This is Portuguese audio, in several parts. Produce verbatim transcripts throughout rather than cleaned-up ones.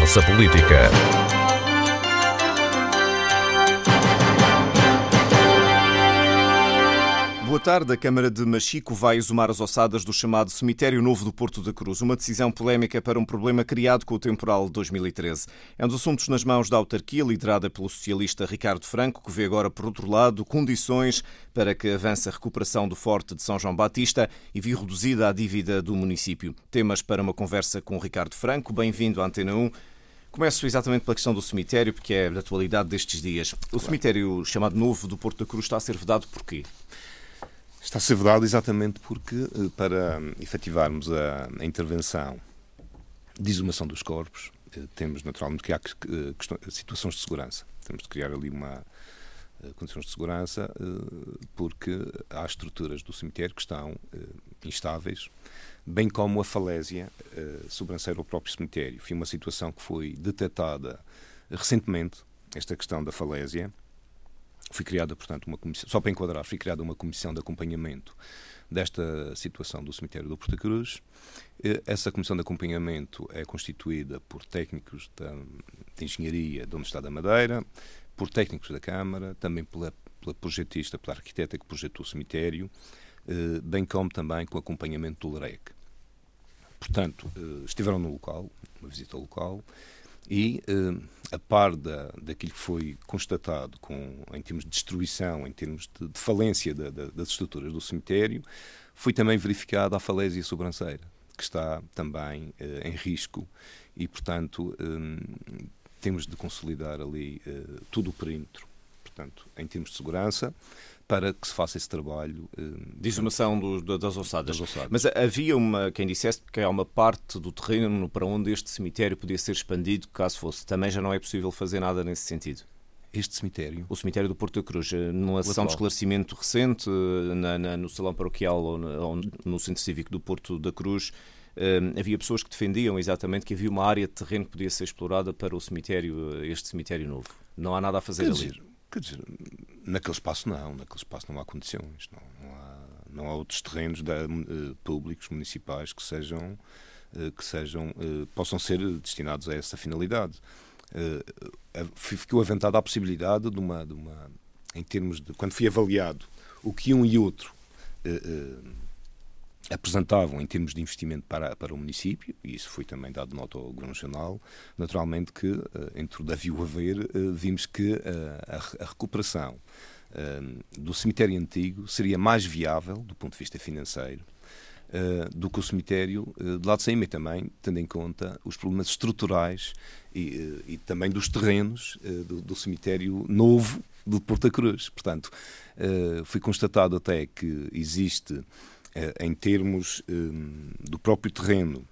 Conversa Política. Boa tarde. A Câmara de Machico vai exumar as ossadas do chamado Cemitério Novo do Porto da Cruz. Uma decisão polémica para um problema criado com o temporal de dois mil e treze. É um dos assuntos nas mãos da autarquia, liderada pelo socialista Ricardo Franco, que vê agora, por outro lado, condições para que avance a recuperação do Forte de São João Batista e viu reduzida a dívida do município. Temas para uma conversa com o Ricardo Franco. Bem-vindo à Antena um. Começo exatamente pela questão do cemitério, porque é da atualidade destes dias. O claro. Cemitério chamado Novo do Porto da Cruz está a ser vedado porquê? Está a ser vedado exatamente porque, para efetivarmos a, a intervenção de exumação dos corpos, temos naturalmente que há situações de segurança. Temos de criar ali uma condições de segurança, porque há estruturas do cemitério que estão instáveis, bem como a falésia sobranceira ao próprio cemitério. Foi uma situação que foi detectada recentemente, esta questão da falésia. Foi criada, portanto, uma comissão, só para enquadrar, foi criada uma comissão de acompanhamento desta situação do cemitério do Porto da Cruz. Essa comissão de acompanhamento é constituída por técnicos da, de engenharia da Universidade da Madeira, por técnicos da Câmara, também pela, pela projetista, pela arquiteta que projetou o cemitério, bem como também com acompanhamento do L R E C. Portanto, estiveram no local, uma visita ao local, e, eh, a par da, daquilo que foi constatado com, em termos de destruição, em termos de, de falência da, da, das estruturas do cemitério, foi também verificada a falésia sobranceira, que está também eh, em risco e, portanto, eh, temos de consolidar ali eh, todo o perímetro, portanto, em termos de segurança, para que se faça esse trabalho de exumação do, das, ossadas. das ossadas. Mas havia uma, quem dissesse que há uma parte do terreno para onde este cemitério podia ser expandido, caso fosse. Também já não é possível fazer nada nesse sentido. Este cemitério? O cemitério do Porto da Cruz. Numa sessão de esclarecimento recente, na, na, no Salão Paroquial ou, na, ou no Centro Cívico do Porto da Cruz, Um, havia pessoas que defendiam exatamente que havia uma área de terreno que podia ser explorada para o cemitério, este cemitério novo. Não há nada a fazer quer ali. Dizer, quer dizer, naquele espaço não, naquele espaço não há condições, não, não, há, não há outros terrenos da, uh, públicos, municipais, que sejam, uh, que sejam, uh, possam ser destinados a essa finalidade. Uh, ficou aventada a possibilidade de uma, de uma, em termos de, quando foi avaliado o que um e outro uh, uh, apresentavam em termos de investimento para, para o município, e isso foi também dado nota ao Governo Nacional, naturalmente que, uh, entre o dar e o haver, uh, vimos que uh, a, a recuperação uh, do cemitério antigo seria mais viável, do ponto de vista financeiro, uh, do que o cemitério uh, de lá de cima, e também tendo em conta os problemas estruturais e, uh, e também dos terrenos uh, do, do cemitério novo do Porto da Cruz. Portanto, uh, foi constatado até que existe, em termos um, do próprio terreno,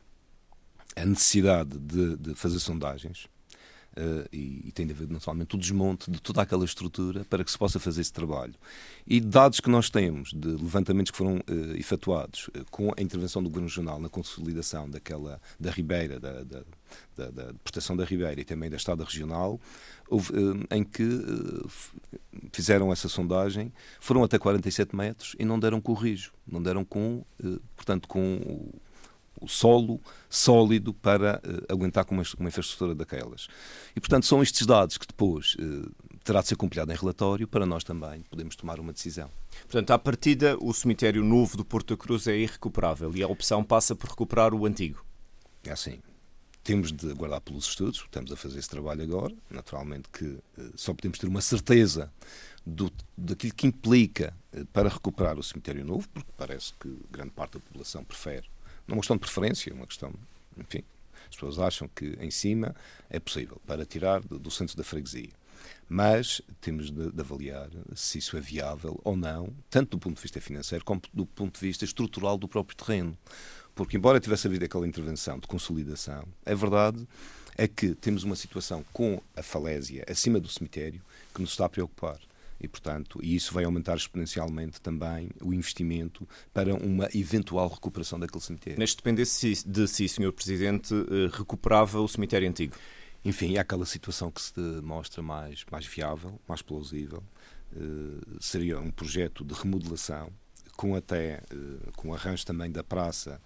a necessidade de, de fazer sondagens uh, e, e tem de haver naturalmente o desmonte de toda aquela estrutura para que se possa fazer esse trabalho. E dados que nós temos de levantamentos que foram uh, efetuados uh, com a intervenção do Governo Regional na consolidação daquela, da Ribeira, da, da, da, da proteção da Ribeira e também da Estrada Regional, houve, uh, em que uh, fizeram essa sondagem, foram até quarenta e sete metros e não deram com o rijo, não deram com, uh, portanto, com o, o solo sólido para uh, aguentar com uma, uma infraestrutura daquelas. E, portanto, são estes dados que depois uh, terá de ser compilado em relatório para nós também podermos tomar uma decisão. Portanto, à partida, o cemitério novo do Porto da Cruz é irrecuperável e a opção passa por recuperar o antigo. É assim. Temos de aguardar pelos estudos, estamos a fazer esse trabalho agora. Naturalmente que uh, só podemos ter uma certeza do, daquilo que implica uh, para recuperar o cemitério novo, porque parece que grande parte da população prefere. Não é uma questão de preferência, é uma questão, enfim, as pessoas acham que em cima é possível, para tirar do, do centro da freguesia. Mas temos de, de avaliar se isso é viável ou não, tanto do ponto de vista financeiro como do ponto de vista estrutural do próprio terreno. Porque, embora tivesse havido aquela intervenção de consolidação, a verdade é que temos uma situação com a falésia acima do cemitério que nos está a preocupar. E, portanto, e isso vai aumentar exponencialmente também o investimento para uma eventual recuperação daquele cemitério. Neste dependesse de si, senhor Presidente, recuperava o cemitério antigo? Enfim, é aquela situação que se mostra mais, mais viável, mais plausível. Uh, seria um projeto de remodelação, com até, uh, com arranjo também da praça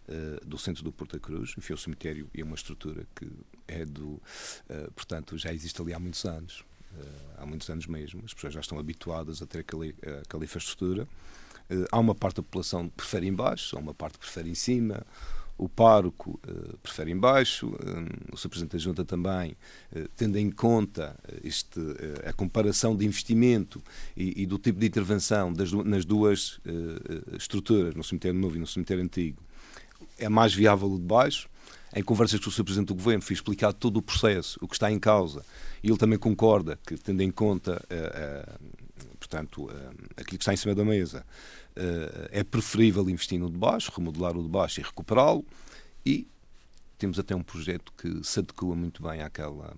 uh, do centro do Porto da Cruz. Enfim, o cemitério é uma estrutura que é do... Uh, portanto, já existe ali há muitos anos. Uh, há muitos anos mesmo. As pessoas já estão habituadas a ter aquela, aquela infraestrutura. Uh, há uma parte da população que prefere em baixo, há uma parte que prefere em cima. O pároco uh, prefere em baixo, um, o seu Presidente da Junta também, uh, tendo em conta este, uh, a comparação de investimento e, e do tipo de intervenção das, nas duas uh, estruturas, no cemitério novo e no cemitério antigo, é mais viável o de baixo. Em conversas com o seu Presidente do Governo, fui explicar todo o processo, o que está em causa, e ele também concorda que, tendo em conta uh, uh, portanto, uh, aquilo que está em cima da mesa, Uh, é preferível investir no de baixo, remodelar o de baixo e recuperá-lo, e temos até um projeto que se adequa muito bem àquela,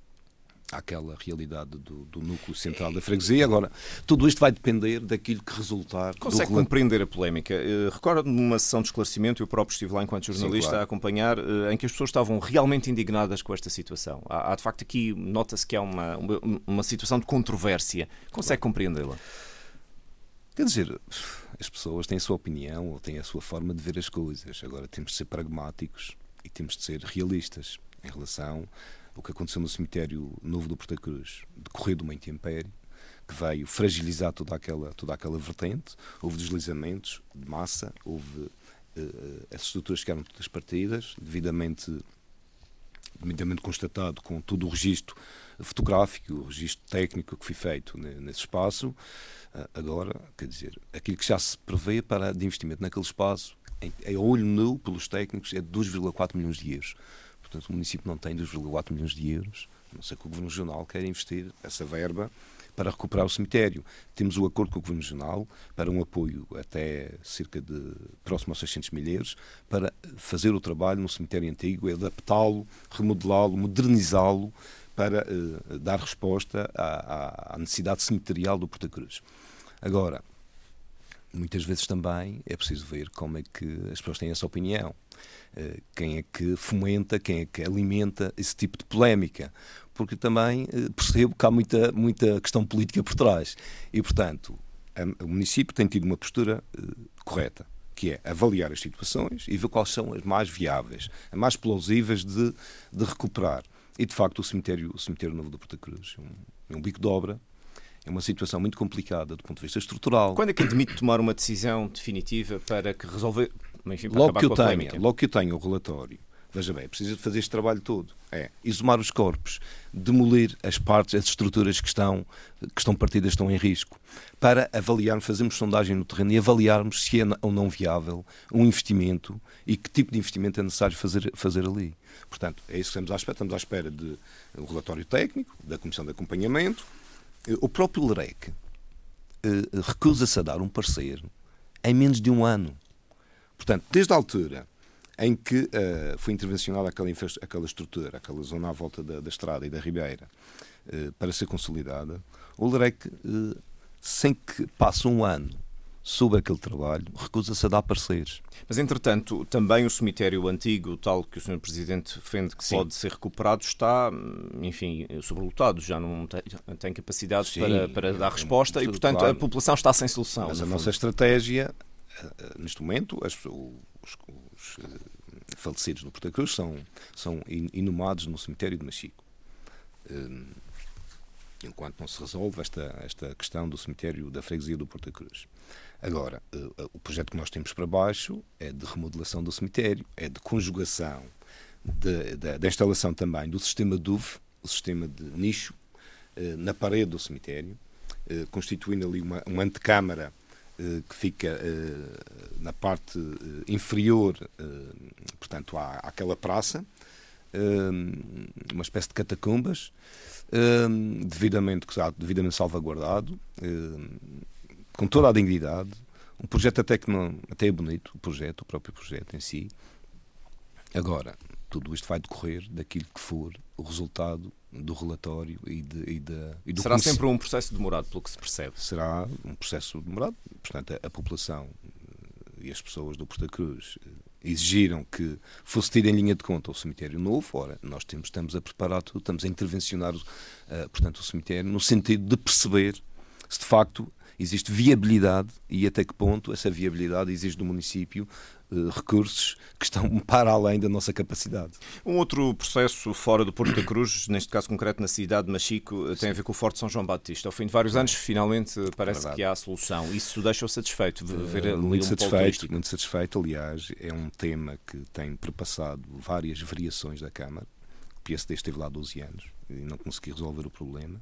àquela realidade do, do núcleo central da freguesia. Agora, tudo isto vai depender daquilo que resultar. Consegue do... compreender a polémica? Uh, Recordo-me numa sessão de esclarecimento, eu próprio estive lá enquanto jornalista. Sim, claro. A acompanhar, uh, em que as pessoas estavam realmente indignadas com esta situação. Há, há de facto aqui, nota-se que há uma, uma, uma situação de controvérsia. Consegue claro. compreendê-la? Quer dizer, as pessoas têm a sua opinião ou têm a sua forma de ver as coisas. Agora temos de ser pragmáticos e temos de ser realistas em relação ao que aconteceu no cemitério novo do Porto da Cruz, decorrido de uma intempérie, que veio fragilizar toda aquela, toda aquela vertente. Houve deslizamentos de massa, houve uh, as estruturas que eram todas partidas, devidamente, devidamente constatado com todo o registro fotográfico, o registro técnico que foi feito nesse espaço. Agora, quer dizer, aquilo que já se prevê para de investimento naquele espaço, em, em olho nu pelos técnicos, é de dois vírgula quatro milhões de euros. Portanto, o município não tem dois vírgula quatro milhões de euros, a não ser que o Governo Regional queira investir essa verba para recuperar o cemitério. Temos o acordo com o Governo Regional para um apoio até cerca de próximo aos seiscentos mil euros para fazer o trabalho no cemitério antigo, adaptá-lo, remodelá-lo, modernizá-lo, para uh, dar resposta à, à necessidade cemiterial do Porto da Cruz. Agora, muitas vezes também é preciso ver como é que as pessoas têm essa opinião. Uh, quem é que fomenta, quem é que alimenta esse tipo de polémica. Porque também uh, percebo que há muita, muita questão política por trás. E, portanto, a, o município tem tido uma postura uh, correta, que é avaliar as situações e ver quais são as mais viáveis, as mais plausíveis de, de recuperar. E, de facto, o cemitério, o cemitério novo do Porto da Cruz é um, é um bico de obra, é uma situação muito complicada do ponto de vista estrutural. Quando é que admite tomar uma decisão definitiva para que resolver, enfim, para logo acabar que eu com a tenha, polémica? Logo que eu tenho o relatório, veja bem, é preciso fazer este trabalho todo. É exumar os corpos, demolir as partes, as estruturas que estão, que estão partidas, estão em risco, para avaliarmos, fazermos sondagem no terreno e avaliarmos se é ou não viável um investimento e que tipo de investimento é necessário fazer, fazer ali. Portanto, é isso que estamos à espera. Estamos à espera de um relatório técnico, da Comissão de Acompanhamento. O próprio L R E C uh, recusa-se a dar um parecer em menos de um ano. Portanto, desde a altura em que uh, foi intervencionada aquela, aquela estrutura, aquela zona à volta da, da estrada e da Ribeira, uh, para ser consolidada, o L R E C, uh, sem que passe um ano sobre aquele trabalho, recusa-se a dar pareceres. Mas, entretanto, também o cemitério antigo, tal que o senhor Presidente defende que Sim. pode ser recuperado, está, enfim, sobrelotado, já não tem, tem capacidade Sim, para, para dar resposta é, e, portanto, claro, a população está sem solução. Mas a nossa estratégia, neste momento, as, os, os falecidos no Porto da Cruz são, são inumados no cemitério de Machico. Enquanto não se resolve esta, esta questão do cemitério da freguesia do Porto da Cruz. Agora, o projeto que nós temos para baixo é de remodelação do cemitério, é de conjugação de, de, da instalação também do sistema D U V, o sistema de nicho, na parede do cemitério, constituindo ali uma, uma antecâmara que fica na parte inferior, portanto, à, àquela praça, uma espécie de catacumbas, devidamente, devidamente salvaguardado, com toda a dignidade, um projeto até que não, até é bonito, o projeto, o próprio projeto em si. Agora, tudo isto vai decorrer daquilo que for o resultado do relatório e, de, e, de, e do Será conhec... sempre um processo demorado, pelo que se percebe? Será um processo demorado. Portanto, a, a população e as pessoas do Porto da Cruz exigiram que fosse tido em linha de conta o cemitério novo. Ora, nós temos, estamos a preparar tudo, estamos a intervencionar uh, portanto, o cemitério no sentido de perceber se de facto existe viabilidade e até que ponto essa viabilidade exige do município uh, recursos que estão para além da nossa capacidade. Um outro processo fora do Porto da Cruz, neste caso concreto na cidade de Machico, tem Sim. a ver com o Forte São João Batista. Ao fim de vários anos, finalmente parece é que há a solução. Isso deixa-o satisfeito? Ver ali muito um satisfeito, muito satisfeito. Aliás, é um tema que tem perpassado várias variações da Câmara. O P S D esteve lá há doze anos e não conseguiu resolver o problema.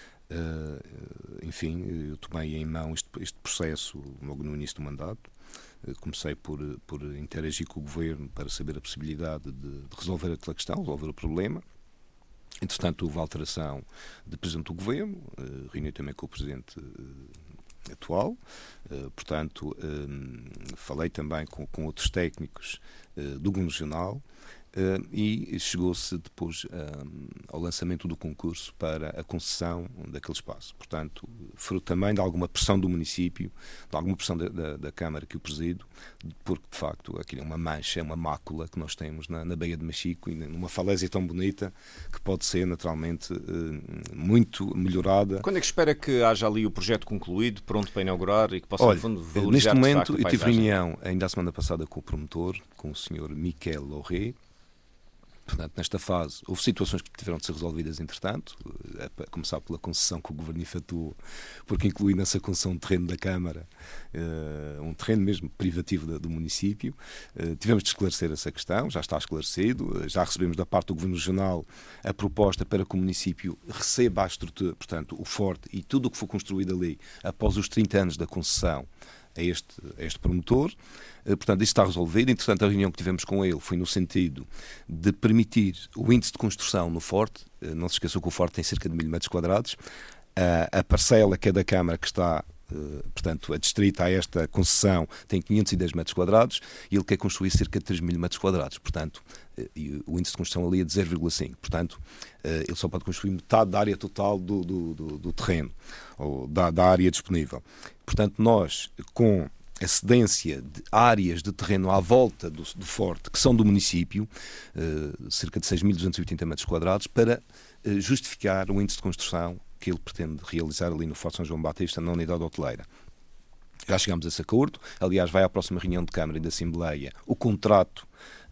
Uh, enfim, eu tomei em mão este, este processo logo no início do mandato. Uh, comecei por, por interagir com o Governo para saber a possibilidade de, de resolver aquela questão, resolver o problema. Entretanto, houve alteração de Presidente do Governo, uh, reuni também com o Presidente uh, atual, uh, portanto, uh, falei também com, com outros técnicos uh, do Governo Regional. Uh, e chegou-se depois uh, ao lançamento do concurso para a concessão daquele espaço. Portanto, fruto também de alguma pressão do município, de alguma pressão da, da, da Câmara que o presido, porque, de facto, aquilo é uma mancha, é uma mácula que nós temos na, na Baía de Machico e numa falésia tão bonita que pode ser, naturalmente, uh, muito melhorada. Quando é que espera que haja ali o projeto concluído, pronto para inaugurar e que possa, Olha, no fundo, valorizar neste momento, de facto, a eu tive paisagem? reunião ainda a semana passada com o promotor, com o senhor Miquel Lorré. Portanto, nesta fase, houve situações que tiveram de ser resolvidas entretanto, a começar pela concessão que o Governo efetuou, porque inclui nessa concessão um terreno da Câmara, uh, um terreno mesmo privativo da, do município. Uh, tivemos de esclarecer essa questão, já está esclarecido, uh, já recebemos da parte do Governo Regional a proposta para que o município receba a estrutura, portanto, o forte e tudo o que for construído ali após os trinta anos da concessão a este, a este promotor. Portanto, isso está resolvido. Entretanto, a reunião que tivemos com ele foi no sentido de permitir o índice de construção no Forte. Não se esqueçam que o Forte tem cerca de mil metros quadrados. A parcela que é da Câmara, que está, portanto, adstrita a esta concessão, tem quinhentos e dez metros quadrados e ele quer construir cerca de três mil metros quadrados. Portanto, o índice de construção ali é de zero vírgula cinco. Portanto, ele só pode construir metade da área total do, do, do, do terreno, ou da, da área disponível. Portanto, nós, com a cedência de áreas de terreno à volta do, do Forte, que são do município, uh, cerca de seis mil duzentos e oitenta metros quadrados, para uh, justificar o índice de construção que ele pretende realizar ali no Forte São João Batista, na unidade hoteleira. Já chegámos a esse acordo. Aliás, vai à próxima reunião de Câmara e da Assembleia o contrato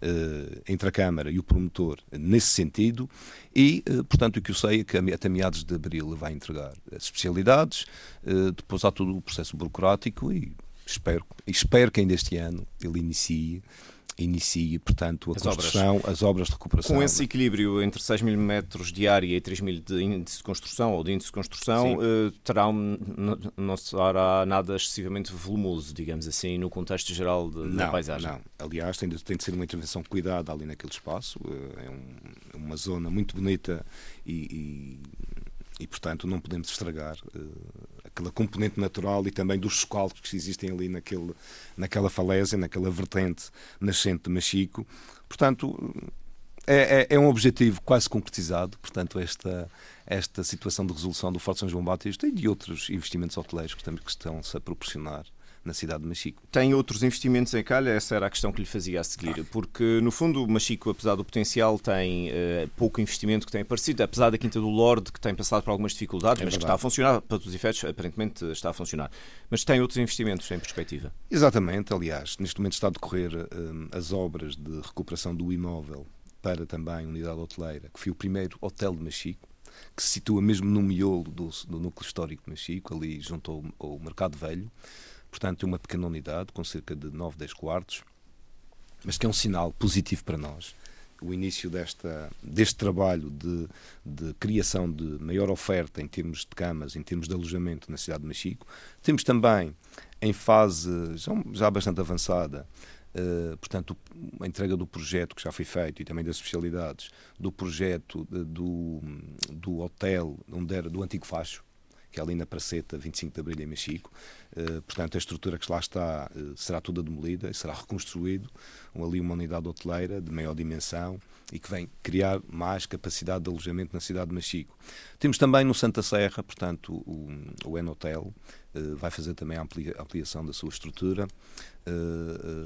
uh, entre a Câmara e o promotor nesse sentido e, uh, portanto, o que eu sei é que até meados de abril ele vai entregar as especialidades, uh, depois há todo o processo burocrático e espero, espero que ainda este ano ele inicie inicie, portanto, a as obras. as obras de recuperação. Com esse equilíbrio entre seis mil metros de área e três mil de índice de construção, ou de índice de construção, uh, terá um, não será nada excessivamente volumoso, digamos assim, no contexto geral de, não, da paisagem? Não, aliás, tem de, tem de ser uma intervenção cuidada ali naquele espaço. Uh, é um, uma zona muito bonita e... e... E, portanto, não podemos estragar uh, aquela componente natural e também dos socalcos que existem ali naquele, naquela falésia, naquela vertente nascente de Machico. Portanto, é, é, é um objetivo quase concretizado. Portanto, esta, esta situação de resolução do Forte São João Batista e de outros investimentos hoteleiros que, também, que estão-se a proporcionar na cidade de Machico. Tem outros investimentos em calha? Essa era a questão que lhe fazia a seguir. Porque, no fundo, o Machico, apesar do potencial, tem uh, pouco investimento que tem aparecido, apesar da Quinta do Lorde, que tem passado por algumas dificuldades, é mas verdade. Que está a funcionar, para os efeitos, aparentemente está a funcionar. Mas tem outros investimentos em perspectiva? Exatamente. Aliás, neste momento está a decorrer um, as obras de recuperação do imóvel para também a unidade hoteleira, que foi o primeiro hotel de Machico, que se situa mesmo no miolo do, do núcleo histórico de Machico, ali junto ao, ao Mercado Velho. Portanto, é uma pequena unidade com cerca de nove, dez quartos, mas que é um sinal positivo para nós. O início desta, deste trabalho de, de criação de maior oferta em termos de camas, em termos de alojamento na cidade de Machico. Temos também, em fase já, já bastante avançada, uh, portanto, a entrega do projeto que já foi feito e também das especialidades, do projeto de, do, do hotel onde era, do antigo Facho, que é ali na Praceta, vinte e cinco de Abril, em Machico. Uh, portanto, a estrutura que lá está uh, será toda demolida e será reconstruído um, ali uma unidade hoteleira de maior dimensão e que vem criar mais capacidade de alojamento na cidade de Machico. Temos também no Santa Serra, portanto, o, o Enotel uh, vai fazer também a amplia, ampliação da sua estrutura. Uh, uh,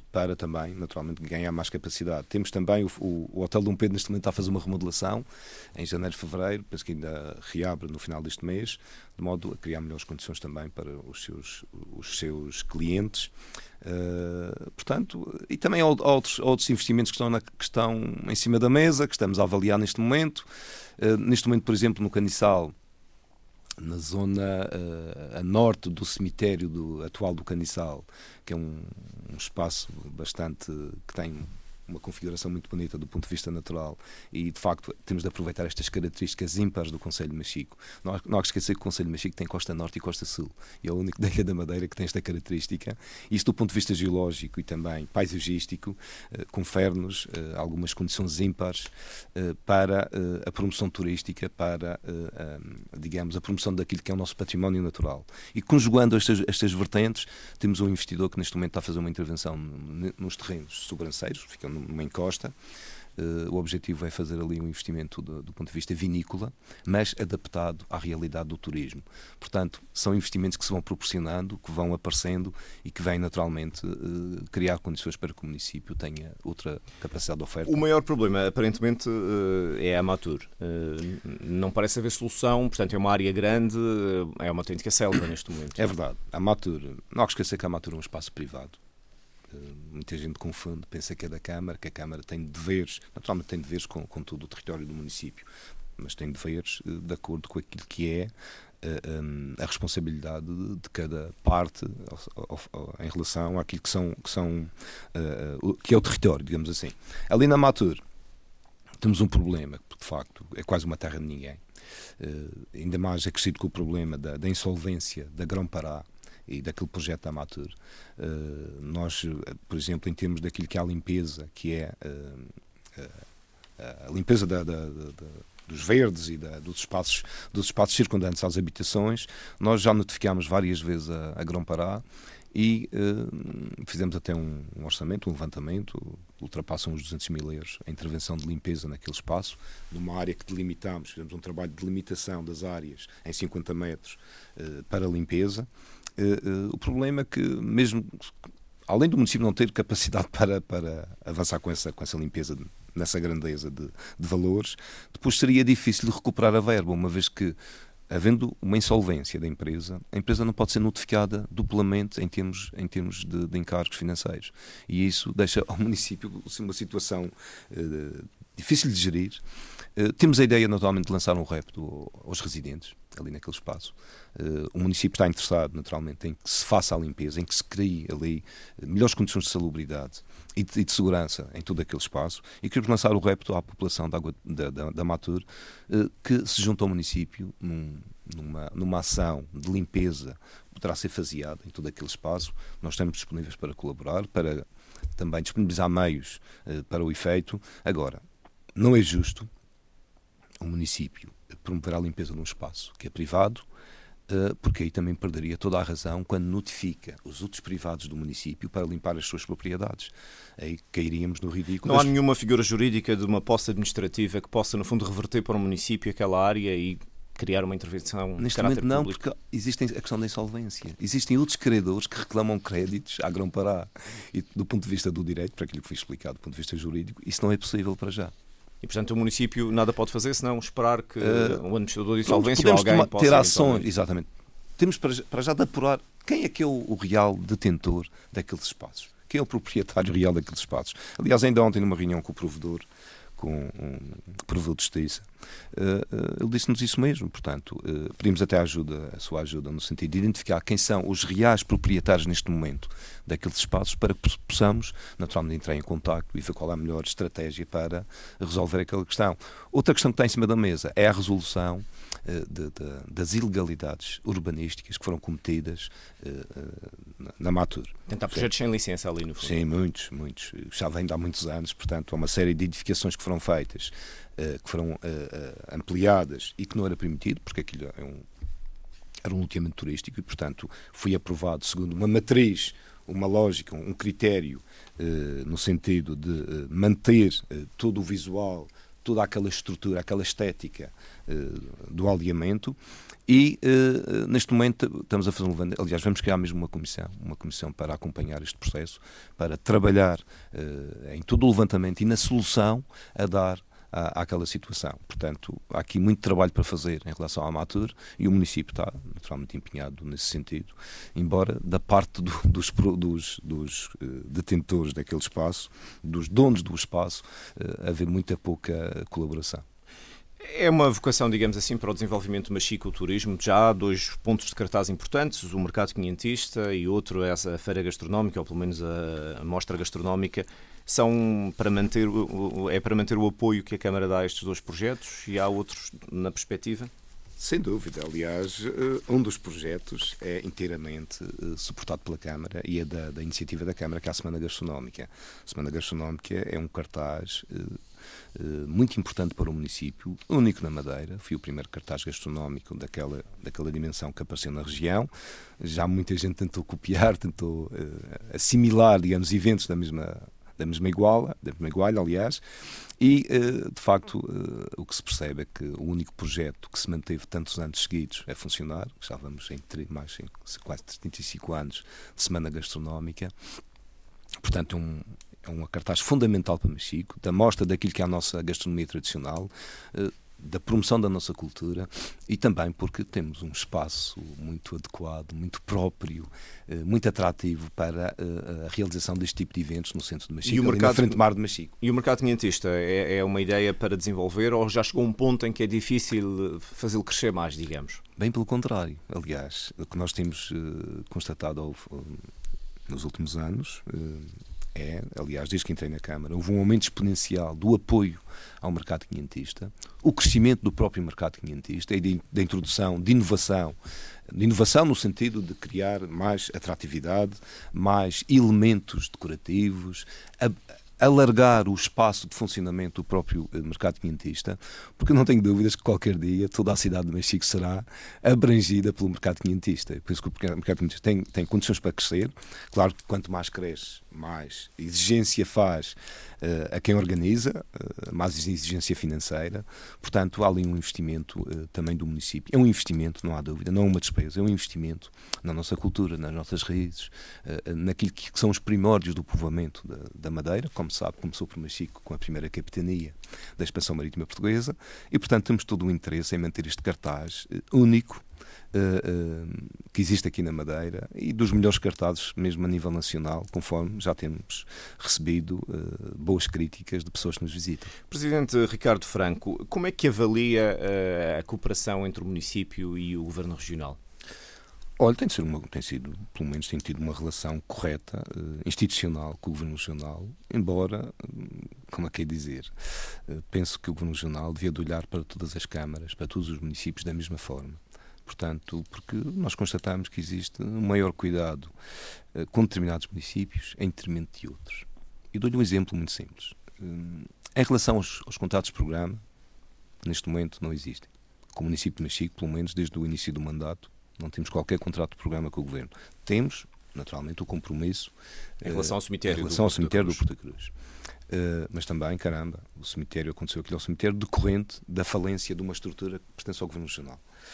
para também, naturalmente, ganhar mais capacidade. Temos também o, o, o Hotel Dom Pedro, neste momento está a fazer uma remodelação em janeiro, fevereiro, penso que ainda reabre no final deste mês, de modo a criar melhores condições também para os seus, os seus clientes. Uh, portanto, e também há outros, outros investimentos que estão, na, que estão em cima da mesa, que estamos a avaliar neste momento. Uh, neste momento, por exemplo, no Caniçal, na zona uh, a norte do cemitério do, atual do Caniçal, que é um, um espaço bastante que tem uma configuração muito bonita do ponto de vista natural e, de facto, temos de aproveitar estas características ímpares do Concelho de Machico. Não há, não há que esquecer que o Concelho de Machico tem costa norte e costa sul, e é o único da Ilha da Madeira que tem esta característica. Isto do ponto de vista geológico e também paisagístico eh, confere-nos eh, algumas condições ímpares eh, para eh, a promoção turística, para, eh, um, digamos, a promoção daquilo que é o nosso património natural. E conjugando estas, estas vertentes, temos um investidor que neste momento está a fazer uma intervenção nos terrenos sobranceiros, ficam numa encosta. Uh, o objetivo é fazer ali um investimento do, do ponto de vista vinícola, mas adaptado à realidade do turismo. Portanto, são investimentos que se vão proporcionando, que vão aparecendo e que vêm naturalmente uh, criar condições para que o município tenha outra capacidade de oferta. O maior problema, aparentemente, uh, é a Amatur. Uh, não parece haver solução, portanto é uma área grande, é uma autêntica selva neste momento. É verdade. A Amatur, não há que esquecer que a Amatur é um espaço privado. Muita gente confunde, pensa que é da Câmara, que a Câmara tem deveres, naturalmente tem deveres com, com todo o território do município, mas tem deveres de acordo com aquilo que é a, a responsabilidade de cada parte em relação àquilo que, são, que, são, que é o território, digamos assim. Ali na Amatur temos um problema, que de facto é quase uma terra de ninguém, ainda mais acrescido com o problema da, da insolvência da Grão-Pará e daquele projeto da Amatur. Uh, nós, por exemplo, em termos daquilo que é a limpeza, que é uh, uh, a limpeza da, da, da, da, dos verdes e da, dos, espaços, dos espaços circundantes às habitações, nós já notificámos várias vezes a, a Grão-Pará e uh, fizemos até um, um orçamento, um levantamento, ultrapassam os duzentos mil euros a intervenção de limpeza naquele espaço, numa área que delimitámos, fizemos um trabalho de delimitação das áreas em cinquenta metros uh, para limpeza. Uh, uh, o problema é que, mesmo além do município não ter capacidade para, para avançar com essa, com essa limpeza, de, nessa grandeza de, de valores, depois seria difícil de recuperar a verba, uma vez que, havendo uma insolvência da empresa, a empresa não pode ser notificada duplamente em termos, em termos de, de encargos financeiros. E isso deixa ao município uma situação uh, difícil de gerir. Uh, temos a ideia, naturalmente, de lançar um repto aos residentes, ali naquele espaço. Uh, o município está interessado, naturalmente, em que se faça a limpeza, em que se crie ali melhores condições de salubridade e de, e de segurança em todo aquele espaço, e queremos lançar o repto à população da, água, da, da, da Amatur, uh, que se junta ao município num, numa, numa ação de limpeza, poderá ser faseada em todo aquele espaço. Nós estamos disponíveis para colaborar, para também disponibilizar meios uh, para o efeito. Agora, não é justo o município promover a limpeza de um espaço que é privado, porque aí também perderia toda a razão quando notifica os outros privados do município para limpar as suas propriedades. Aí cairíamos no ridículo. Não das... há nenhuma figura jurídica de uma posse administrativa que possa, no fundo, reverter para o município aquela área e criar uma intervenção de Neste caráter momento não, público? porque existe a questão da insolvência. Existem outros credores que reclamam créditos à Grão-Pará. E do ponto de vista do direito, para aquilo que foi explicado do ponto de vista jurídico, isso não é possível para já. E, portanto, o município nada pode fazer senão esperar que uh, o administrador de pronto, insolvência ou alguém tomar, possa... ter ações, exatamente. Temos para, para já de apurar quem é que é o, o real detentor daqueles espaços. Quem é o proprietário real daqueles espaços. Aliás, ainda ontem, numa reunião com o provedor, com um provedor de justiça, uh, uh, ele disse-nos isso mesmo. Portanto, uh, pedimos até a ajuda, a sua ajuda, no sentido de identificar quem são os reais proprietários neste momento daqueles espaços, para que possamos, naturalmente, entrar em contacto e ver qual é a melhor estratégia para resolver aquela questão. Outra questão que está em cima da mesa é a resolução uh, de, de, das ilegalidades urbanísticas que foram cometidas uh, uh, na Amatur. Tentar projetos sem licença ali no fundo. Sim, muitos, muitos. Já vem de há muitos anos, portanto, há uma série de edificações que foram feitas, uh, que foram uh, uh, ampliadas e que não era permitido, porque aquilo é um, era um loteamento turístico e, portanto, foi aprovado segundo uma matriz, uma lógica, um critério, uh, no sentido de uh, manter uh, todo o visual, toda aquela estrutura, aquela estética uh, do aldeamento. E uh, neste momento estamos a fazer um levantamento, aliás, vamos criar mesmo uma comissão, uma comissão para acompanhar este processo, para trabalhar uh, em todo o levantamento e na solução a dar à, àquela situação. Portanto, há aqui muito trabalho para fazer em relação à Amatur e o município está naturalmente empenhado nesse sentido, embora da parte do, dos, dos, dos uh, detentores daquele espaço, dos donos do espaço, uh, haver muita pouca colaboração. É uma vocação, digamos assim, para o desenvolvimento do machicoturismo. Já há dois pontos de cartaz importantes, o mercado quinhentista e outro é a feira gastronómica, ou pelo menos a mostra gastronómica. São para manter, é para manter o apoio que a Câmara dá a estes dois projetos e há outros na perspectiva? Sem dúvida. Aliás, um dos projetos é inteiramente suportado pela Câmara e é da, da iniciativa da Câmara, que é a Semana Gastronómica. A Semana Gastronómica é um cartaz muito importante para o município, único na Madeira. Foi o primeiro cartaz gastronómico daquela, daquela dimensão que apareceu na região. Já muita gente tentou copiar, tentou uh, assimilar, digamos, eventos da mesma, da mesma iguala, da mesma igualha, aliás, e, uh, de facto, uh, o que se percebe é que o único projeto que se manteve tantos anos seguidos a funcionar, já vamos em mais em quase trinta e cinco anos de Semana Gastronómica, portanto, é um é um cartaz fundamental para Machico, da mostra daquilo que é a nossa gastronomia tradicional, da promoção da nossa cultura e também porque temos um espaço muito adequado, muito próprio, muito atrativo para a realização deste tipo de eventos no centro de Machico, e o mercado, na frente do mar de Machico. E o mercado quinhentista é, é uma ideia para desenvolver ou já chegou a um ponto em que é difícil fazê-lo crescer mais, digamos? Bem pelo contrário. Aliás, o que nós temos uh, constatado ao, uh, nos últimos anos uh, é, aliás, desde que entrei na Câmara, houve um aumento exponencial do apoio ao mercado quinhentista, o crescimento do próprio mercado quinhentista e de, de introdução de inovação, de inovação no sentido de criar mais atratividade, mais elementos decorativos, a, alargar o espaço de funcionamento do próprio mercado quinhentista, porque não tenho dúvidas que qualquer dia toda a cidade de Machico será abrangida pelo mercado quinhentista. Por isso que o mercado quinhentista tem, tem condições para crescer. Claro que quanto mais cresce, mais exigência faz uh, a quem organiza, uh, mais exigência financeira. Portanto, há ali um investimento uh, também do município. É um investimento, não há dúvida, não é uma despesa, é um investimento na nossa cultura, nas nossas raízes, uh, naquilo que são os primórdios do povoamento da, da Madeira. Como sabe, começou por Machico com a primeira capitania da expansão marítima portuguesa e, portanto, temos todo o interesse em manter este cartaz uh, único uh, uh, que existe aqui na Madeira e dos melhores cartazes mesmo a nível nacional, conforme já temos recebido uh, boas críticas de pessoas que nos visitam. Presidente Ricardo Franco, como é que avalia uh, a cooperação entre o município e o Governo Regional? Olha, tem, de ser uma, tem sido, pelo menos tem tido uma relação correta, uh, institucional com o Governo Regional, embora, como é que é dizer, uh, penso que o Governo Regional devia de olhar para todas as câmaras, para todos os municípios da mesma forma. Portanto, porque nós constatamos que existe um maior cuidado uh, com determinados municípios em detrimento de outros. E dou-lhe um exemplo muito simples. Uh, em relação aos, aos contratos de programa, neste momento não existem. Com o município de Machico, pelo menos desde o início do mandato, não temos qualquer contrato de programa com o Governo. Temos, naturalmente, o compromisso em relação ao cemitério, em relação do, ao cemitério do Porto da Cruz. Uh, mas também, caramba, o cemitério aconteceu aquilo ao cemitério decorrente da falência de uma estrutura que pertence ao Governo Regional.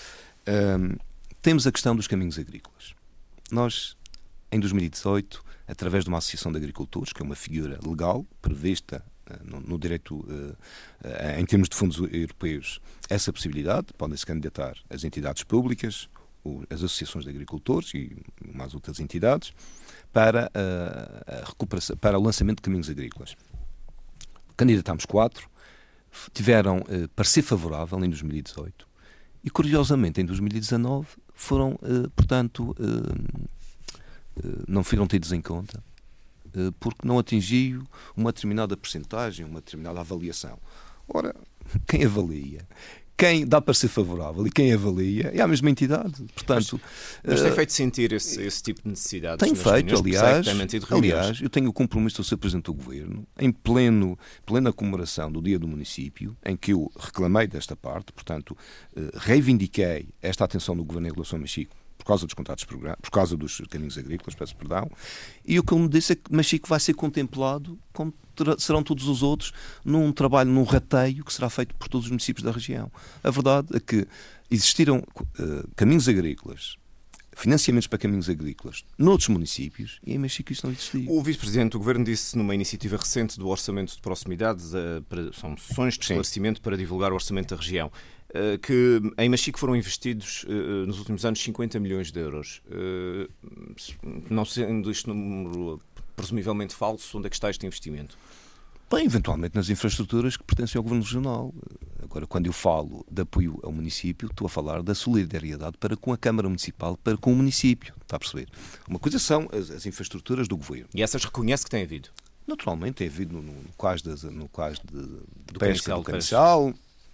Uh, temos a questão dos caminhos agrícolas. Nós, em dois mil e dezoito, através de uma associação de agricultores, que é uma figura legal, prevista uh, no, no direito, uh, uh, em termos de fundos europeus, essa possibilidade, podem-se candidatar as entidades públicas, as associações de agricultores e mais outras entidades para, a, a recuperação, para o lançamento de caminhos agrícolas. Candidatámos quatro, tiveram uh, parecer favorável em dois mil e dezoito e, curiosamente, em dois mil e dezanove foram, uh, portanto, uh, uh, não foram tidos em conta uh, porque não atingiu uma determinada percentagem, uma determinada avaliação. Ora, quem avalia? Quem dá para ser favorável e quem avalia é a mesma entidade. Portanto, mas, mas tem feito sentir esse, esse tipo de necessidades? Tem feito, aliás, tem aliás, eu tenho o compromisso de ser Presidente do Governo, em pleno, plena comemoração do Dia do Município, em que eu reclamei desta parte, portanto, reivindiquei esta atenção do Governo em relação a Machico, causa dos contratos de programa, por causa dos caminhos agrícolas, peço perdão, e o que ele me disse é que Machico vai ser contemplado como serão todos os outros num trabalho, num rateio que será feito por todos os municípios da região. A verdade é que existiram uh, caminhos agrícolas, financiamentos para caminhos agrícolas noutros municípios e em Machico isso não existia. O Vice-Presidente do Governo disse numa iniciativa recente do Orçamento de Proximidade, uh, para, são sessões de esclarecimento Sim. para divulgar o Orçamento da região, uh, que em Machico foram investidos uh, nos últimos anos cinquenta milhões de euros. Uh, não sendo este número presumivelmente falso, onde é que está este investimento? Bem, eventualmente nas infraestruturas que pertencem ao Governo Regional. Agora, quando eu falo de apoio ao município, estou a falar da solidariedade para com a Câmara Municipal, para com o município. Está a perceber? Uma coisa são as, as infraestruturas do Governo. E essas reconhece que tem havido? Naturalmente, tem havido no, no caso, das, no caso de, de do pesca, Caniçal, do Caniçal,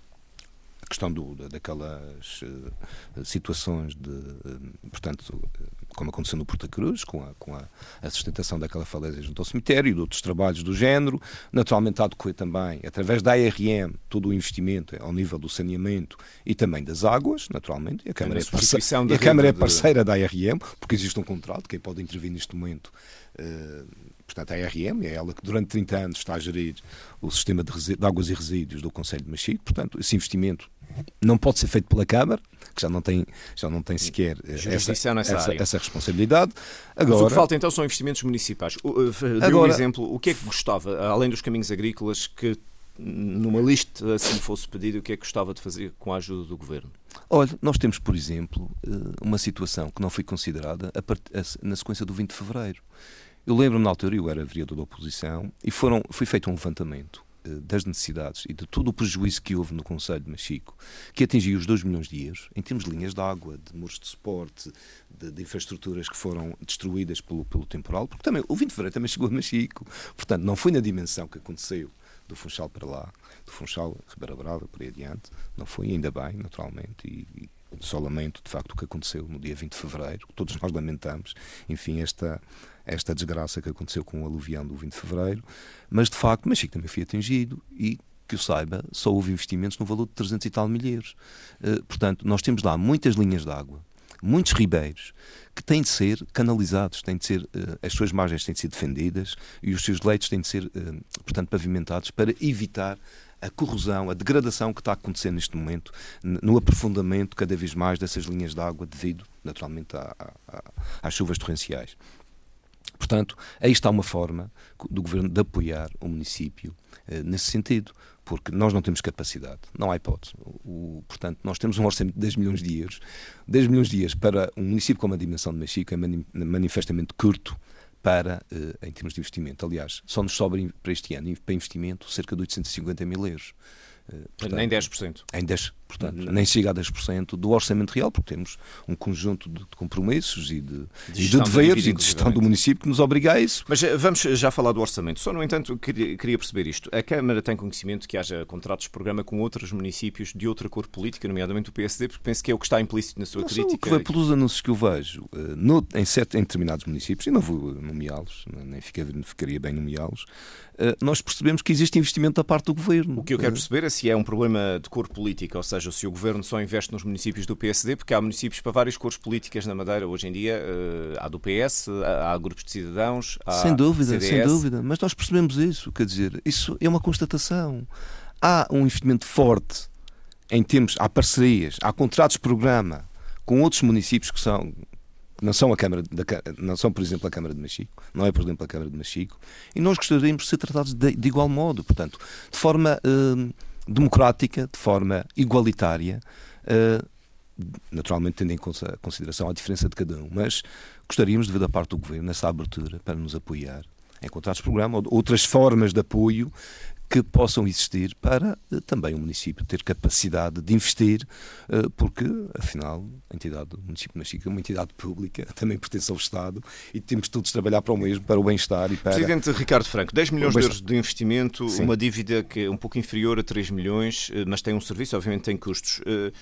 a questão do, daquelas uh, situações de, uh, portanto, uh, como aconteceu no Porto da Cruz, com, a, com a, a sustentação daquela falésia junto ao cemitério e de outros trabalhos do género. Naturalmente há de decorrer também, através da A R M, todo o investimento ao nível do saneamento e também das águas, naturalmente. E a Câmara, é, parceira, e a Câmara é parceira de... da A R M, porque existe um contrato, quem pode intervir neste momento... Uh, Portanto, a A R M é ela que durante trinta anos está a gerir o sistema de, resi- de águas e resíduos do Concelho de Machico. Portanto, esse investimento não pode ser feito pela Câmara, que já não tem, já não tem sequer essa, essa, essa responsabilidade. Agora, Mas o que falta então são investimentos municipais. Dê um exemplo, o que é que gostava, além dos caminhos agrícolas, que numa lista assim fosse pedido, o que é que gostava de fazer com a ajuda do Governo? Olha, nós temos, por exemplo, uma situação que não foi considerada a part... na sequência do vinte de fevereiro. Eu lembro-me na altura, eu era vereador da oposição, e foram, foi feito um levantamento uh, das necessidades e de todo o prejuízo que houve no Concelho de Machico, que atingiu os dois milhões de euros, em termos de linhas de água, de muros de suporte, de, de infraestruturas que foram destruídas pelo, pelo temporal, porque também o vinte de fevereiro também chegou a Machico. Portanto, não foi na dimensão que aconteceu do Funchal para lá, do Funchal, Ribeira Brava, por aí adiante, não foi, ainda bem, naturalmente, e, e só lamento, de facto, o que aconteceu no dia vinte de fevereiro, todos nós lamentamos, enfim, esta... esta desgraça que aconteceu com o aluvião do vinte de fevereiro, mas de facto Machico também foi atingido e, que eu saiba, só houve investimentos no valor de trezentos e tal milheiros. Uh, portanto, nós temos lá muitas linhas de água, muitos ribeiros, que têm de ser canalizados, têm de ser, uh, as suas margens têm de ser defendidas e os seus leitos têm de ser, uh, portanto, pavimentados para evitar a corrosão, a degradação que está a acontecer neste momento, no aprofundamento cada vez mais dessas linhas de água devido, naturalmente, à, à, às chuvas torrenciais. Portanto, aí está uma forma do Governo de apoiar o município eh, nesse sentido, porque nós não temos capacidade, não há hipótese. O, portanto, nós temos um orçamento de dez milhões de euros. dez milhões de euros para um município com a dimensão de Machico é mani- manifestamente curto para, eh, em termos de investimento. Aliás, só nos sobra para este ano, para investimento, cerca de oitocentos e cinquenta mil euros. Portanto, nem dez por cento. Em dez, portanto, não. Nem chega a dez por cento do orçamento real, porque temos um conjunto de compromissos e de, de, e de deveres e de gestão do município que nos obriga a isso. Mas vamos já falar do orçamento. Só, no entanto, queria, queria perceber isto. A Câmara tem conhecimento que haja contratos de programa com outros municípios de outra cor política, nomeadamente o P S D, porque penso que é o que está implícito na sua não crítica. O que veio pelos anúncios que eu vejo uh, no, em, sete, em determinados municípios, e não vou nomeá-los, nem ficaria, ficaria bem nomeá-los, uh, nós percebemos que existe investimento da parte do Governo. O que eu quero perceber é se é um problema de cor política, ou seja, se o Governo só investe nos municípios do P S D, porque há municípios para várias cores políticas na Madeira hoje em dia, uh, há do P S, há, há grupos de cidadãos, há sem dúvida, C D S. Sem dúvida, mas nós percebemos isso, quer dizer, isso é uma constatação. Há um investimento forte em termos, há parcerias, há contratos de programa com outros municípios que são não são a Câmara da, não são, por exemplo, a Câmara de Machico, não é, por exemplo, a Câmara de Machico, e nós gostaríamos de ser tratados de, de igual modo, portanto, de forma uh, democrática, de forma igualitária, uh, naturalmente tendo em consideração a diferença de cada um, mas gostaríamos de ver da parte do Governo essa abertura para nos apoiar em contratos de programa ou outras formas de apoio que possam existir para uh, também o município ter capacidade de investir, uh, porque, afinal, a entidade do município de Machico é uma entidade pública, também pertence ao Estado e temos todos de trabalhar para o mesmo, para o bem-estar e para... Presidente Ricardo Franco, dez milhões de euros de investimento, Sim. Uma dívida que é um pouco inferior a três milhões, mas tem um serviço, obviamente tem custos.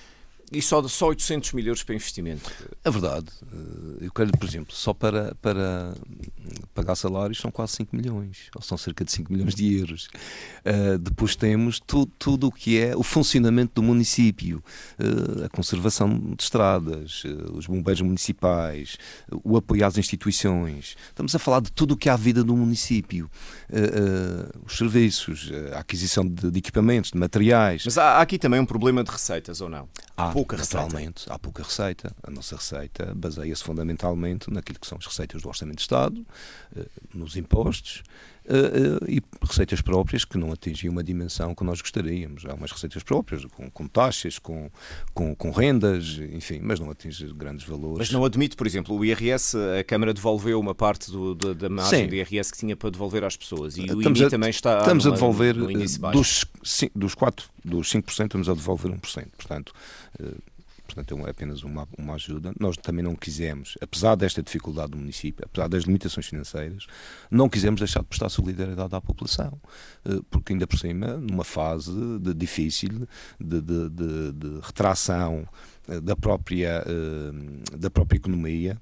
E só, só oitocentos mil euros para investimento? É verdade. Eu quero, por exemplo, só para, para pagar salários são quase cinco milhões, ou são cerca de cinco milhões de euros. Uh, depois temos tudo, tudo o que é o funcionamento do município, uh, a conservação de estradas, uh, os bombeiros municipais, uh, o apoio às instituições. Estamos a falar de tudo o que é a vida do município. Uh, uh, os serviços, uh, a aquisição de, de equipamentos, de materiais. Mas há, há aqui também um problema de receitas, ou não? Há, pouca naturalmente, receita. Há pouca receita. A nossa receita baseia-se fundamentalmente naquilo que são as receitas do Orçamento de Estado, uh, nos impostos, Uh, uh, e receitas próprias que não atingem uma dimensão que nós gostaríamos. Há umas receitas próprias, com, com taxas, com, com, com rendas, enfim, mas não atinge grandes valores. Mas não admite, por exemplo, o I R S, a Câmara devolveu uma parte do, da, da margem Sim. do I R S que tinha para devolver às pessoas, e o I M I a, também está estamos numa, a devolver no índice baixo. Dos, dos, quatro, dos cinco por cento estamos a devolver um por cento, portanto... Uh, Portanto, é apenas uma, uma ajuda. Nós também não quisemos, apesar desta dificuldade do município, apesar das limitações financeiras, não quisemos deixar de prestar solidariedade à população, porque ainda por cima, numa fase de, difícil, de, de, de, de retração da própria, da própria economia,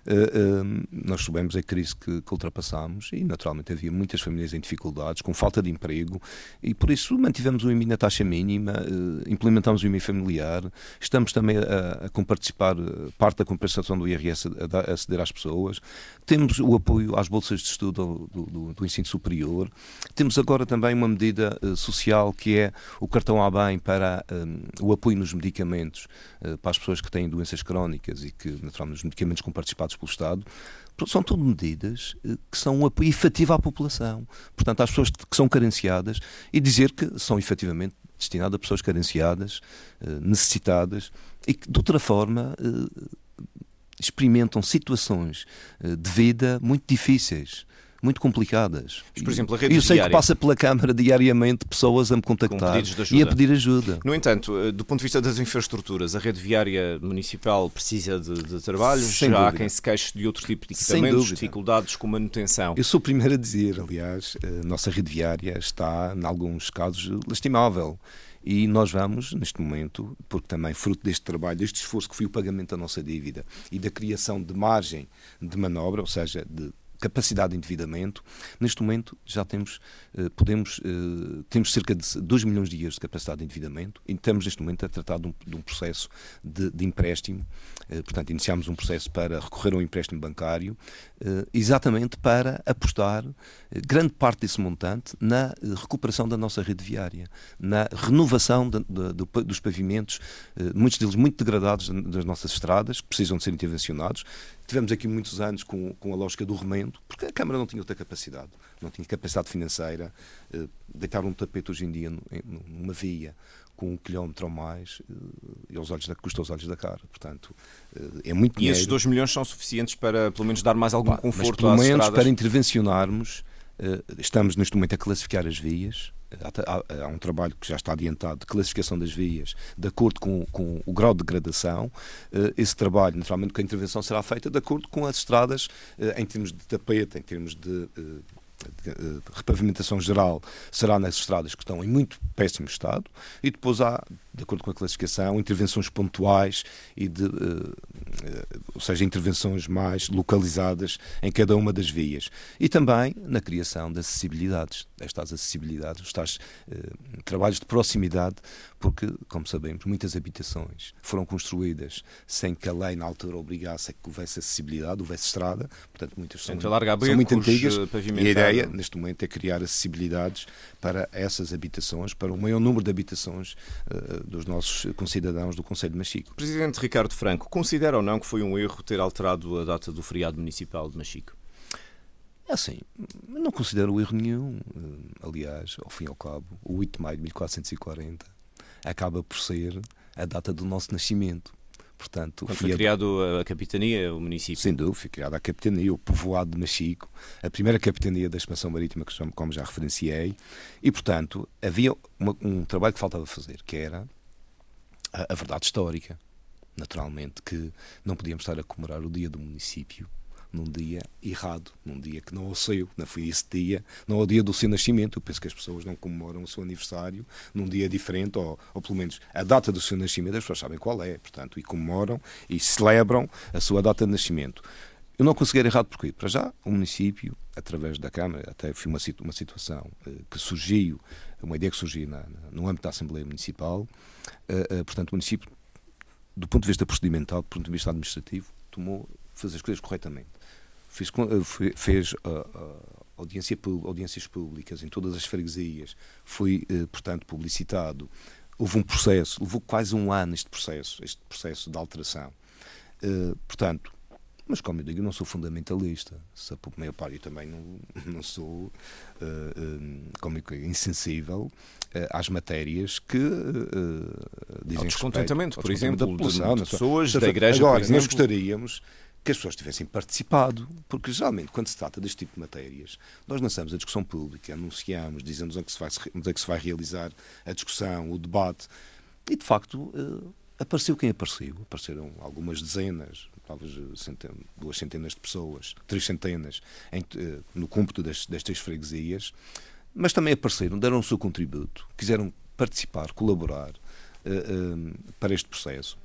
nós soubemos a crise que, que ultrapassámos e naturalmente havia muitas famílias em dificuldades, com falta de emprego, e por isso mantivemos o I M I na taxa mínima, implementamos o I M I familiar, estamos também a, a comparticipar parte da compensação do I R S a, a ceder às pessoas, temos o apoio às bolsas de estudo do, do, do ensino superior, temos agora também uma medida social que é o cartão A bem para um, o apoio nos medicamentos para as pessoas que têm doenças crónicas e que, naturalmente, os medicamentos comparticipados pelo Estado, são tudo medidas que são um apoio efetivo à população. Portanto, às pessoas que são carenciadas, e dizer que são efetivamente destinadas a pessoas carenciadas, necessitadas, e que, de outra forma, experimentam situações de vida muito difíceis, muito complicadas. Mas, por exemplo, a rede eu sei viária... que passa pela Câmara diariamente pessoas a me contactar e a pedir ajuda. No entanto, do ponto de vista das infraestruturas, a rede viária municipal precisa de, de trabalhos, Sem já dúvida. há quem se queixe de outro tipo de equipamentos, dificuldades com manutenção. Eu sou o primeiro a dizer, aliás, a nossa rede viária está, em alguns casos, lastimável. E nós vamos, neste momento, porque também fruto deste trabalho, deste esforço que foi o pagamento da nossa dívida e da criação de margem de manobra, ou seja, de capacidade de endividamento, neste momento já temos, podemos, temos cerca de dois milhões de euros de capacidade de endividamento e estamos neste momento a tratar de um, de um processo de, de empréstimo, portanto iniciámos um processo para recorrer ao empréstimo bancário, exatamente para apostar grande parte desse montante na recuperação da nossa rede viária, na renovação de, de, de, dos pavimentos, muitos deles muito degradados das nossas estradas, que precisam de ser intervencionados. Tivemos aqui muitos anos com, com a lógica do remendo, porque a Câmara não tinha outra capacidade, não tinha capacidade financeira. Deitar um tapete hoje em dia numa via com um quilómetro ou mais, e aos olhos da, custa aos olhos da cara. Portanto, é muito dinheiro. E esses dois milhões são suficientes para, pelo menos, dar mais algum Pá, conforto mas, pelo às menos estradas? Para intervencionarmos, estamos neste momento a classificar as vias. Há, há um trabalho que já está adiantado de classificação das vias de acordo com, com o grau de degradação. Esse trabalho, naturalmente, com a intervenção será feita de acordo com as estradas, em termos de tapete, em termos de, de, de repavimentação geral, será nas estradas que estão em muito péssimo estado, e depois há, de acordo com a classificação, intervenções pontuais e de, ou seja, intervenções mais localizadas em cada uma das vias. E também na criação de acessibilidades, estas acessibilidades, os tais uh, trabalhos de proximidade, porque, como sabemos, muitas habitações foram construídas sem que a lei na altura obrigasse a que houvesse acessibilidade, houvesse estrada, portanto muitas são, são muito antigas, e a ideia, neste momento, é criar acessibilidades para essas habitações, para o maior número de habitações uh, dos nossos concidadãos do Concelho de Machico. Presidente Ricardo Franco, considera ou não que foi um erro ter alterado a data do feriado municipal de Machico? É assim, não considero erro nenhum. Aliás, ao fim e ao cabo, o oito de maio de mil quatrocentos e quarenta acaba por ser a data do nosso nascimento. Portanto, Quando foi a... criado a capitania, o município? Sem dúvida, foi criada a capitania, o povoado de Machico, a primeira capitania da expansão marítima, como já referenciei, e, portanto, havia uma, um trabalho que faltava fazer, que era a, a verdade histórica. Naturalmente que não podíamos estar a comemorar o dia do município num dia errado, num dia que não é o seu, não foi esse dia, não é o dia do seu nascimento. Eu penso que as pessoas não comemoram o seu aniversário num dia diferente, ou, ou pelo menos a data do seu nascimento, as pessoas sabem qual é, portanto, e comemoram e celebram a sua data de nascimento. Eu não consegui errado porque, para já, o município, através da Câmara, até foi uma, uma situação uh, que surgiu, uma ideia que surgiu na, na, no âmbito da Assembleia Municipal, uh, uh, portanto, o município, do ponto de vista procedimental, do ponto de vista administrativo, tomou, fez as coisas corretamente. Fez, uh, fez uh, uh, audiência, audiências públicas em todas as freguesias, foi, uh, portanto, publicitado. Houve um processo, levou quase um ano este processo, este processo de alteração. Uh, portanto, mas, como eu digo, eu não sou fundamentalista. Se a maior parte, eu também não, não sou uh, uh, como eu, insensível uh, às matérias que uh, dizem ao descontentamento, respeito, por exemplo, da população, de, de pessoas, da igreja, agora, por exemplo. Nós gostaríamos que as pessoas tivessem participado, porque geralmente, quando se trata deste tipo de matérias, nós lançamos a discussão pública, anunciamos, dizemos onde é que se vai, onde é que se vai realizar a discussão, o debate, e, de facto, uh, apareceu quem apareceu. Apareceram algumas dezenas, talvez centenas, duas centenas de pessoas, três centenas, em, no cômputo das, destas freguesias, mas também apareceram, deram o seu contributo, quiseram participar, colaborar uh, uh, para este processo.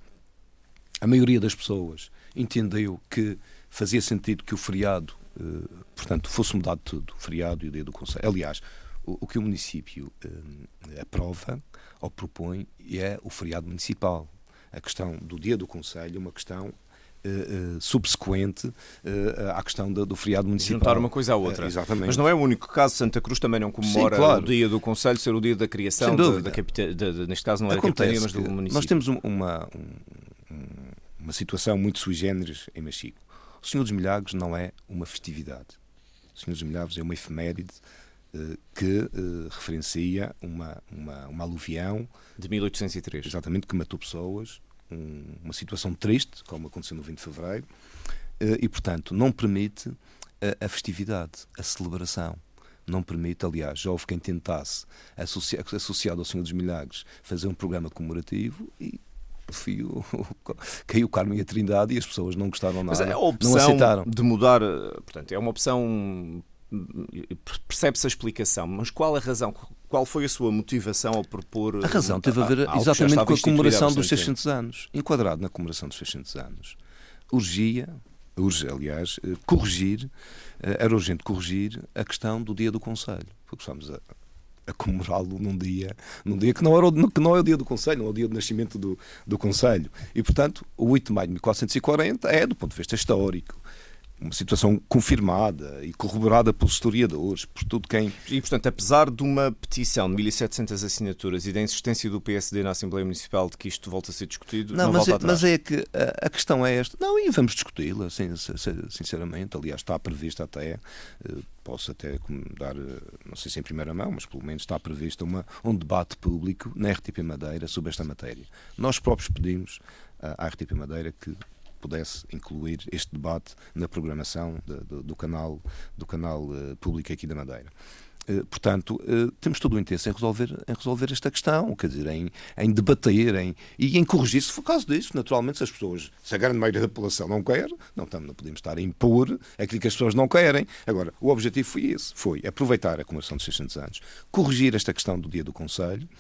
A maioria das pessoas entendeu que fazia sentido que o feriado, uh, portanto, fosse mudado tudo, o feriado e o dia do Conselho. Aliás, o, o que o município uh, aprova ou propõe é o feriado municipal. A questão do dia do Conselho é uma questão uh, uh, subsequente uh, à questão do, do feriado municipal. Juntar uma coisa à outra. Uh, exatamente. Mas não é o único caso. Santa Cruz também não comemora. Sim, claro. O dia do Conselho ser o dia da criação, da, da capita, de, de, neste caso não é da capitania, mas do município. Nós temos uma, um, uma situação muito sui generis em Machico. O Senhor dos Milagres não é uma festividade. O Senhor dos Milagres é uma efeméride uh, que uh, referencia uma, uma, uma aluvião de mil oitocentos e três. Exatamente, que matou pessoas, um, uma situação triste, como aconteceu no vinte de fevereiro, uh, e, portanto, não permite a, a festividade, a celebração. Não permite, aliás, já houve quem tentasse, associa, associado ao Senhor dos Milagres, fazer um programa comemorativo e fio, caiu o Carmo e a Trindade e as pessoas não gostaram nada, Mas é a opção não aceitaram. De mudar, portanto, é uma opção, percebe-se a explicação, mas qual a razão? Qual foi a sua motivação ao propor... A razão teve a ver exatamente com a comemoração dos seiscentos anos. Enquadrado na comemoração dos seiscentos anos. Urgia, urge, aliás, corrigir, era urgente corrigir a questão do dia do Conselho. Porque estamos a, a comemorá-lo num dia, num dia que, não era o, que não é o dia do Conselho, não é o dia do nascimento do, do Conselho. E, portanto, o oito de maio de mil quatrocentos e quarenta é, do ponto de vista histórico, uma situação confirmada e corroborada pelos historiadores, por tudo quem... E, portanto, apesar de uma petição de mil e setecentas assinaturas e da insistência do P S D na Assembleia Municipal de que isto volta a ser discutido, não, não mas volta é, atrás. Mas é que a, a questão é esta. Não, e vamos discuti-la, sinceramente. Aliás, está prevista até, posso até dar, não sei se em primeira mão, mas pelo menos está prevista uma, um debate público na R T P Madeira sobre esta matéria. Nós próprios pedimos à R T P Madeira que pudesse incluir este debate na programação de, do, do canal, do canal uh, público aqui da Madeira. Uh, portanto, uh, temos todo o interesse em resolver, em resolver esta questão, quer dizer, em, em debater em, e em corrigir, se for caso disso. Naturalmente, se as pessoas, se a grande maioria da população não quer, não, tam, não podemos estar a impor aquilo que as pessoas não querem. Agora, o objetivo foi esse, foi aproveitar a comemoração dos seiscentos anos, corrigir esta questão do dia do Conselho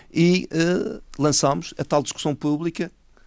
e uh, lançámos a tal discussão pública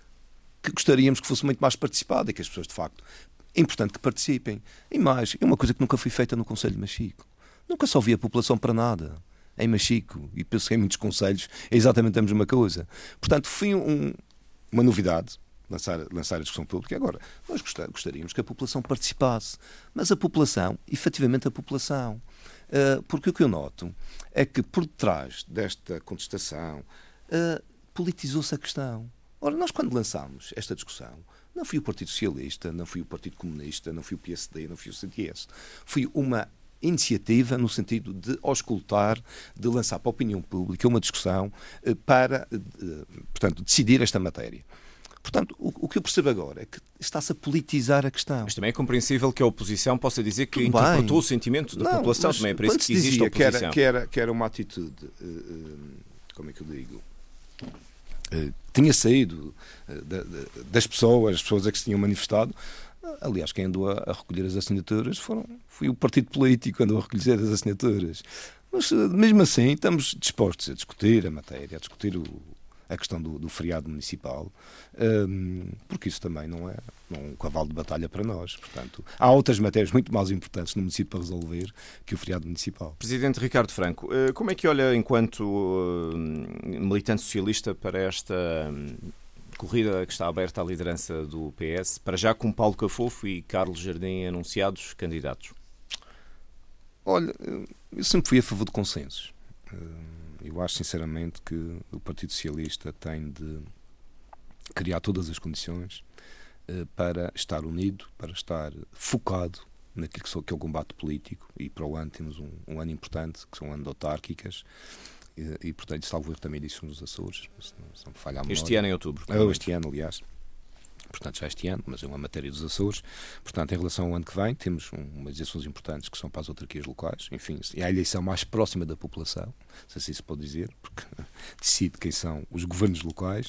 que gostaríamos que fosse muito mais participada e que as pessoas, de facto, é importante que participem. E mais, é uma coisa que nunca foi feita no Conselho de Machico. Nunca só havia população para nada em Machico, e penso que em muitos conselhos é exatamente a mesma coisa. Portanto, foi um, uma novidade lançar, lançar a discussão pública. Agora, nós gostaríamos que a população participasse, mas a população, efetivamente a população. Uh, porque o que eu noto é que por detrás desta contestação uh, politizou-se a questão. Ora, nós quando lançámos esta discussão, não foi o Partido Socialista, não foi o Partido Comunista, não foi o P S D, não foi o C D S. Foi uma iniciativa no sentido de auscultar, de lançar para a opinião pública uma discussão para, portanto, decidir esta matéria. Portanto, o, o que eu percebo agora é que está-se a politizar a questão. Mas também é compreensível que a oposição possa dizer que Tudo interpretou bem. O sentimento da não, população. Também é para isso que existe a oposição. Que era, que, era, que era uma atitude, uh, como é que eu digo... Uh, tinha saído uh, da, da, das pessoas, as pessoas a que se tinham manifestado, Aliás, quem andou a, a recolher as assinaturas foram, foi o partido político que andou a recolher as assinaturas. Mas, mesmo assim, estamos dispostos a discutir a matéria, a discutir o, a questão do, do feriado municipal, um, porque isso também não é, não é um cavalo de batalha para nós. Portanto, há outras matérias muito mais importantes no município para resolver que o feriado municipal. Presidente Ricardo Franco, como é que olha, enquanto militante socialista, para esta corrida que está aberta à liderança do P S, para já com Paulo Cafofo e Carlos Jardim anunciados candidatos? Olha, eu sempre fui a favor de consensos. Eu acho sinceramente que o Partido Socialista tem de criar todas as condições para estar unido, para estar focado naquilo que é o combate político, e para o ano temos um, um ano importante, que são um ano de autárquicas, e, e portanto, salvo erro, também disse nos Açores, se não, se não me falha a memória. Este ano em outubro. Oh, este ano, aliás. Portanto, já este ano, mas é uma matéria dos Açores. Portanto, em relação ao ano que vem, temos um, umas eleições importantes que são para as autarquias locais. Enfim, é a eleição mais próxima da população, se assim se pode dizer, porque decide quem são os governos locais.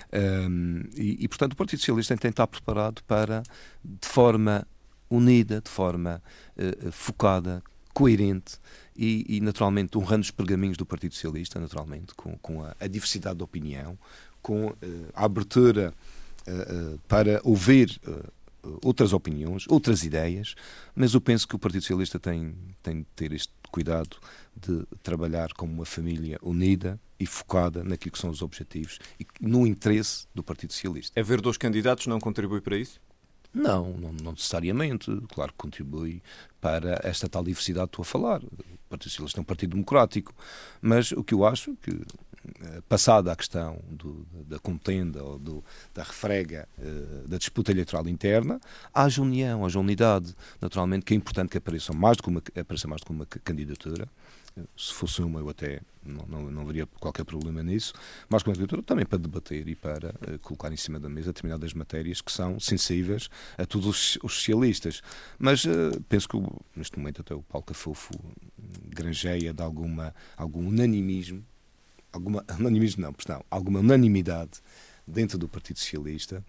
Um, e, e, portanto, o Partido Socialista tem de estar preparado para, de forma unida, de forma uh, focada, coerente e, e, naturalmente, honrando os pergaminhos do Partido Socialista, naturalmente, com, com a, a diversidade de opinião, com uh, a abertura Uh, para ouvir uh, outras opiniões, outras ideias, mas eu penso que o Partido Socialista tem, tem de ter este cuidado de trabalhar como uma família unida e focada naquilo que são os objetivos e no interesse do Partido Socialista. Haver dois candidatos não contribui para isso? Não, não, não necessariamente. Claro que contribui para esta tal diversidade que estou a falar. O Partido Socialista é um partido democrático, mas o que eu acho que, passada a questão do, da contenda ou do, da refrega uh, da disputa eleitoral interna, haja união, haja unidade. Naturalmente que é importante que apareça mais do que uma, apareça mais do que uma candidatura. Se fosse uma, eu até não, não, não veria qualquer problema nisso, mas com a candidatura também para debater e para uh, colocar em cima da mesa determinadas matérias que são sensíveis a todos os, os socialistas. Mas uh, penso que neste momento até o Paulo Cafofo granjeia de alguma, algum unanimismo, alguma unanimismo não, não, alguma unanimidade dentro do Partido Socialista.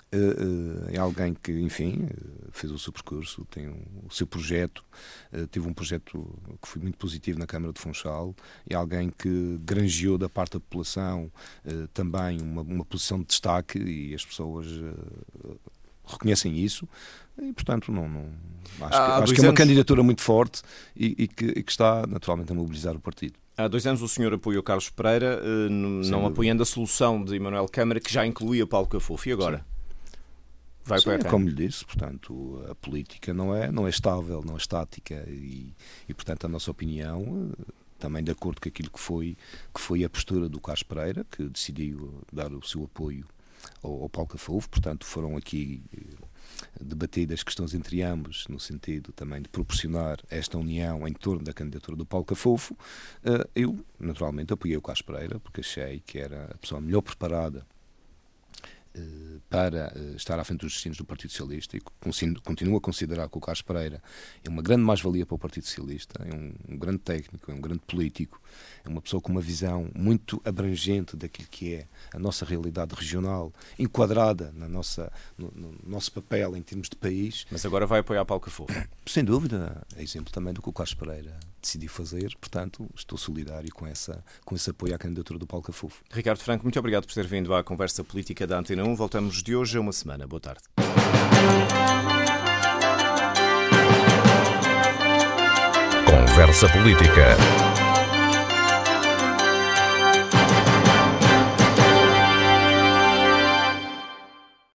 Uh, uh, é alguém que, enfim, uh, fez o seu percurso, tem um, o seu projeto, uh, teve um projeto que foi muito positivo na Câmara de Funchal, é alguém que granjeou da parte da população uh, também uma, uma posição de destaque e as pessoas uh, reconhecem isso e, portanto, não, não acho, ah, que, acho que é uma anos... candidatura muito forte e, e, que, e que está naturalmente a mobilizar o partido. Há dois anos o senhor apoiou Carlos Pereira, uh, não apoiando a solução de Emanuel Câmara, que já incluía Paulo Cafofo. E agora? Sim. Vai Sim, como lhe disse, portanto, a política não é, não é estável, não é estática e, e, portanto, a nossa opinião, também de acordo com aquilo que foi, que foi a postura do Carlos Pereira, que decidiu dar o seu apoio ao, ao Paulo Cafofo, portanto, foram aqui debatidas questões entre ambos, no sentido também de proporcionar esta união em torno da candidatura do Paulo Cafofo. Eu, naturalmente, apoiei o Carlos Pereira, porque achei que era a pessoa melhor preparada para estar à frente dos destinos do Partido Socialista e continuo a considerar que o Carlos Pereira é uma grande mais-valia para o Partido Socialista, é um, um grande técnico, é um grande político, é uma pessoa com uma visão muito abrangente daquilo que é a nossa realidade regional, enquadrada na nossa, no, no nosso papel em termos de país. Mas agora vai apoiar Paulo Cafofo? Sem dúvida, é exemplo também do que o Carlos Pereira decidiu fazer, portanto estou solidário com, essa, com esse apoio à candidatura do Paulo Cafofo. Ricardo Franco, muito obrigado por ter vindo à conversa política da Antena um. Voltamos de hoje a uma semana. Boa tarde. Conversa Política.